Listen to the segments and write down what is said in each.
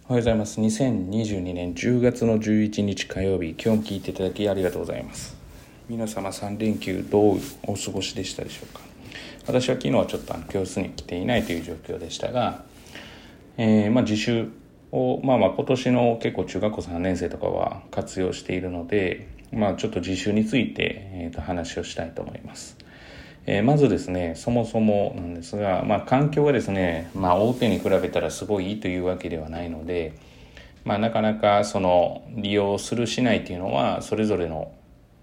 おはようございます。2022年10月の11日火曜日、今日も聞いていただきありがとうございます。皆様3連休どうお過ごしでしたでしょうか。私は昨日はちょっと教室に来ていないという状況でしたが、自習を今年の結構中学校3年生とかは活用しているので、ちょっと自習について、話をしたいと思います。まずですね、そもそもなんですが、環境がですね、大手に比べたらすごいいいというわけではないので、なかなかその利用するしないというのはそれぞれの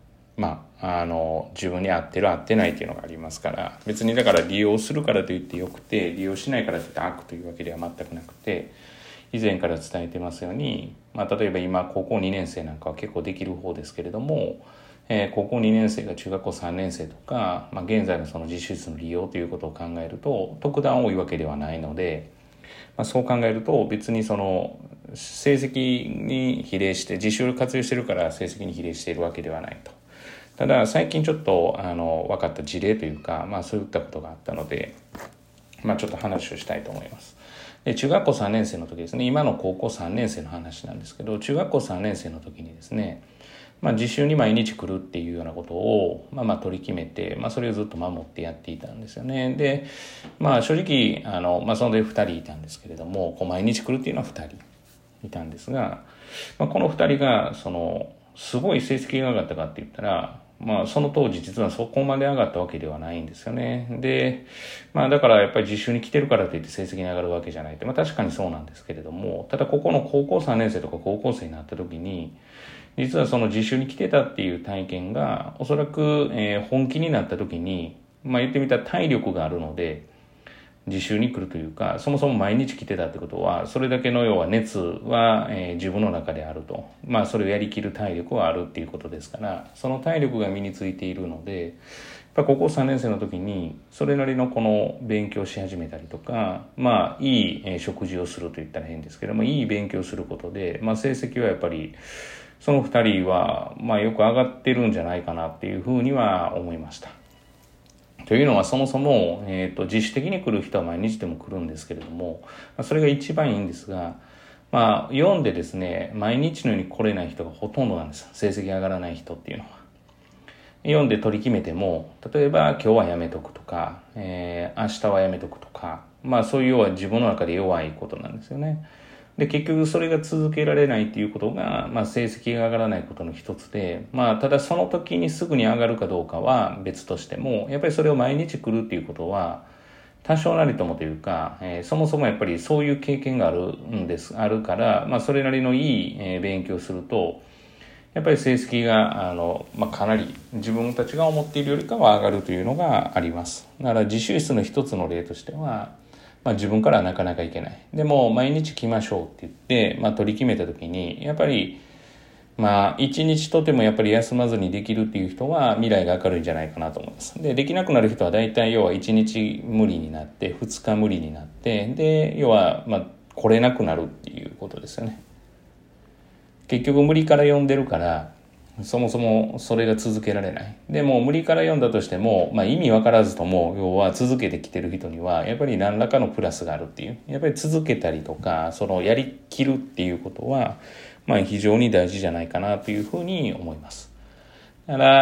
自分に合ってる合ってないというのがありますから、別にだから利用するからといってよくて、利用しないからといって悪というわけでは全くなくて、以前から伝えてますように、例えば今高校2年生なんかは結構できる方ですけれども、高校2年生が中学校3年生とか、現在のその自習室の利用ということを考えると特段多いわけではないので、そう考えると別にその成績に比例して自習を活用してるから成績に比例しているわけではないと。ただ最近ちょっと分かった事例というか、そういったことがあったので、ちょっと話をしたいと思います。で、中学校3年生の時ですね、今の高校3年生の話なんですけど、中学校3年生の時にですね、自習に毎日来るっていうようなことを、取り決めて、それをずっと守ってやっていたんですよね。で、正直、そので2人いたんですけれども、毎日来るっていうのは2人いたんですが、この2人が、すごい成績が上がったかって言ったら、その当時実はそこまで上がったわけではないんですよね。で、だからやっぱり実習に来てるからといって成績に上がるわけじゃないって、確かにそうなんですけれども、ただここの高校3年生とか高校生になった時に、実はその実習に来てたっていう体験がおそらく、本気になった時に、言ってみたら体力があるので実習に来るというか、そもそも毎日来てたってことはそれだけの要は熱は、自分の中であると、それをやりきる体力はあるっていうことですから、その体力が身についているので、やっぱ高校3年生の時にそれなりのこの勉強し始めたりとか、いい食事をすると言ったら変ですけども、いい勉強することで、成績はやっぱりその2人はよく上がってるんじゃないかなっていうふうには思いました。というのはそもそも、自主的に来る人は毎日でも来るんですけれども、それが一番いいんですが、読んでですね、毎日のように来れない人がほとんどなんです。成績上がらない人っていうのは。読んで取り決めても、例えば今日はやめとくとか、明日はやめとくとか、そういう要は自分の中で弱いことなんですよね。で、結局それが続けられないっていうことが、成績が上がらないことの一つで、ただその時にすぐに上がるかどうかは別としても、やっぱりそれを毎日来るっていうことは、多少なりともというか、そもそもやっぱりそういう経験があるから、それなりのいい、勉強すると、やっぱり成績が、かなり自分たちが思っているよりかは上がるというのがあります。だから自習室の一つの例としては、自分からはなかなかいけない。でも、毎日来ましょうって言って、取り決めた時に、やっぱり、一日とてもやっぱり休まずにできるっていう人は未来が明るいんじゃないかなと思います。で、できなくなる人は大体要は1日無理になって、2日無理になって、で、要は、来れなくなるっていうことですよね。結局無理から読んでるから、そもそもそれが続けられない。でも無理から読んだとしても、意味わからずとも、要は続けてきてる人には、やっぱり何らかのプラスがあるっていう。やっぱり続けたりとか、そのやりきるっていうことは、非常に大事じゃないかなというふうに思います。だから、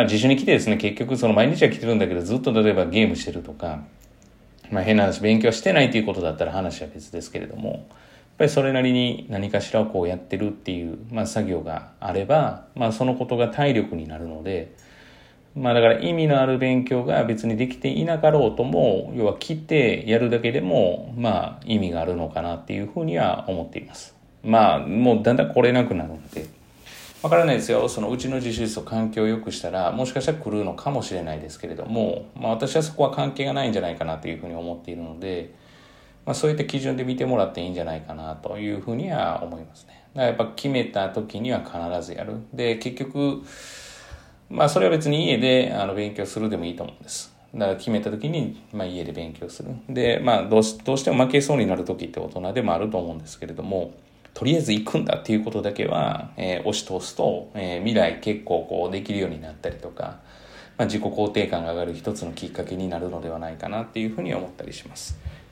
自主に来てですね、結局その毎日は来てるんだけど、ずっと例えばゲームしてるとか、変な話、勉強してないということだったら話は別ですけれども、やっぱりそれなりに何かしらをこうやってるっていう、作業があれば、そのことが体力になるので、だから意味のある勉強が別にできていなかろうとも、要は来てやるだけでも、意味があるのかなっていうふうには思っています。もうだんだん来れなくなるので、わからないですよ。そのうちの自習室を環境を良くしたら、もしかしたら来るのかもしれないですけれども、私はそこは関係がないんじゃないかなというふうに思っているので、そういった基準で見てもらっていいんじゃないかなというふうには思いますね。だからやっぱ決めた時には必ずやる。で、結局、それは別に家で勉強するでもいいと思うんです。だから決めた時に、家で勉強する。で、どうしても負けそうになる時って大人でもあると思うんですけれども、とりあえず行くんだっていうことだけは、押し通すと、未来結構こうできるようになったりとか、自己肯定感が上がる一つのきっかけになるのではないかなっていうふうに思ったりします。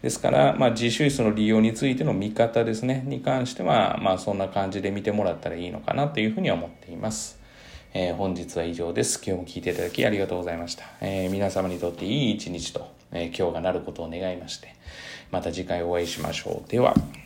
ですから、自習室の利用についての見方ですね、に関しては、そんな感じで見てもらったらいいのかなというふうには思っています。本日は以上です。今日も聞いていただきありがとうございました。皆様にとっていい一日と、今日がなることを願いまして、また次回お会いしましょう。では。